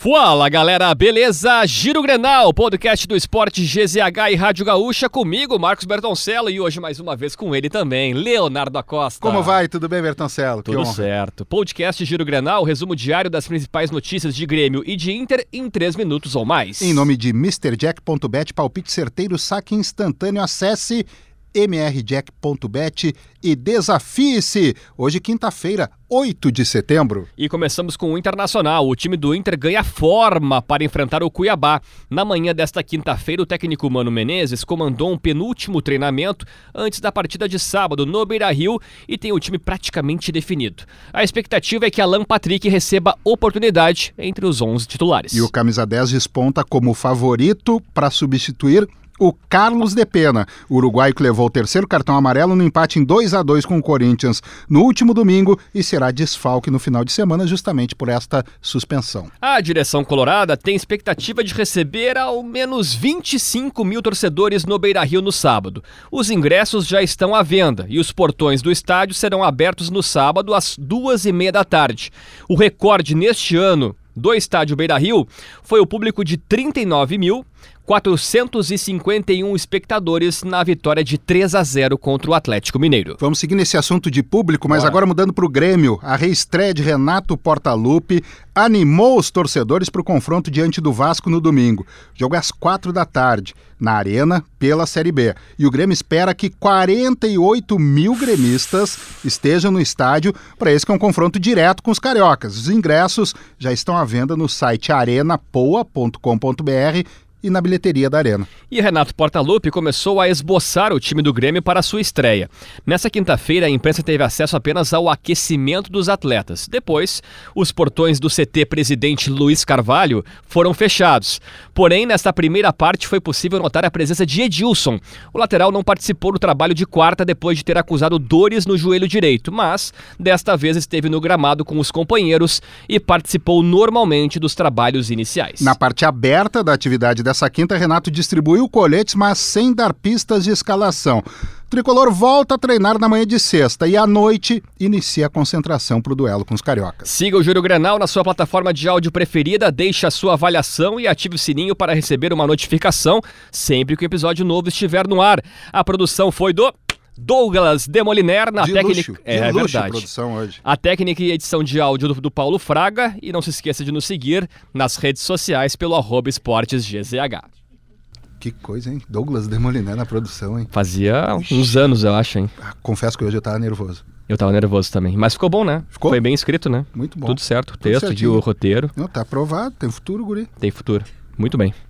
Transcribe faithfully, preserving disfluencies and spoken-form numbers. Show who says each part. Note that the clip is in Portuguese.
Speaker 1: Fala galera, beleza? Giro Grenal, podcast do Esporte G Z H e Rádio Gaúcha, comigo, Marcos Bertoncello, e hoje mais uma vez com ele também, Leonardo Acosta.
Speaker 2: Como vai? Tudo bem, Bertoncello?
Speaker 1: Tudo certo. Podcast Giro Grenal, resumo diário das principais notícias de Grêmio e de Inter em três minutos ou mais.
Speaker 2: Em nome de mister jack ponto bet, palpite certeiro, saque instantâneo, acesse m r jack ponto bet e desafie-se. Hoje, quinta-feira, oito de setembro.
Speaker 1: E começamos com o Internacional. O time do Inter ganha forma para enfrentar o Cuiabá. Na manhã desta quinta-feira, o técnico Mano Menezes comandou um penúltimo treinamento antes da partida de sábado no Beira-Rio e tem o time praticamente definido. A expectativa é que Alan Patrick receba oportunidade entre os onze titulares.
Speaker 2: E o camisa dez desponta como favorito para substituir o Carlos de Pena, o uruguaio que levou o terceiro cartão amarelo no empate em dois a dois com o Corinthians no último domingo e será desfalque no final de semana justamente por esta suspensão.
Speaker 1: A direção colorada tem expectativa de receber ao menos vinte e cinco mil torcedores no Beira-Rio no sábado. Os ingressos já estão à venda e os portões do estádio serão abertos no sábado às duas e meia da tarde. O recorde neste ano do estádio Beira-Rio foi o público de trinta e nove mil quatrocentos e cinquenta e um espectadores na vitória de três a zero contra o Atlético Mineiro.
Speaker 2: Vamos seguir nesse assunto de público, mas
Speaker 1: Bora.
Speaker 2: Agora mudando para o Grêmio. A reestreia de Renato Portaluppi animou os torcedores para o confronto diante do Vasco no domingo. O jogo é às quatro da tarde, na Arena, pela Série B. E o Grêmio espera que quarenta e oito mil gremistas estejam no estádio para esse que é um confronto direto com os cariocas. Os ingressos já estão à venda no site arena poa ponto com ponto b r e na bilheteria da Arena.
Speaker 1: E Renato Portaluppi começou a esboçar o time do Grêmio para a sua estreia. Nessa quinta-feira, a imprensa teve acesso apenas ao aquecimento dos atletas. Depois, os portões do C T Presidente Luiz Carvalho foram fechados. Porém, nesta primeira parte foi possível notar a presença de Edilson. O lateral não participou do trabalho de quarta depois de ter acusado dores no joelho direito, mas desta vez esteve no gramado com os companheiros e participou normalmente dos trabalhos iniciais.
Speaker 2: Na parte aberta da atividade dessa quinta, Renato distribuiu coletes, mas sem dar pistas de escalação. O tricolor volta a treinar na manhã de sexta e à noite inicia a concentração para o duelo com os cariocas.
Speaker 1: Siga o Giro Grenal na sua plataforma de áudio preferida, deixe a sua avaliação e ative o sininho para receber uma notificação sempre que o episódio novo estiver no ar. A produção foi do Douglas Demoliner na
Speaker 2: de
Speaker 1: técnica.
Speaker 2: Luxo,
Speaker 1: é,
Speaker 2: de
Speaker 1: é
Speaker 2: luxo
Speaker 1: verdade.
Speaker 2: A produção hoje.
Speaker 1: A técnica e edição de áudio do, do Paulo Fraga. E não se esqueça de nos seguir nas redes sociais pelo arroba esportes G Z H.
Speaker 2: Que coisa, hein? Douglas Demoliner na produção, hein?
Speaker 1: Fazia uns anos, eu acho, hein?
Speaker 2: Ah, confesso que hoje eu tava nervoso.
Speaker 1: Eu tava nervoso também. Mas ficou bom, né?
Speaker 2: Ficou?
Speaker 1: Foi bem escrito, né?
Speaker 2: Muito bom.
Speaker 1: Tudo certo. O
Speaker 2: Tudo
Speaker 1: texto,
Speaker 2: certinho.
Speaker 1: o roteiro.
Speaker 2: Não, tá aprovado. Tem futuro, guri.
Speaker 1: Tem futuro. Muito bem.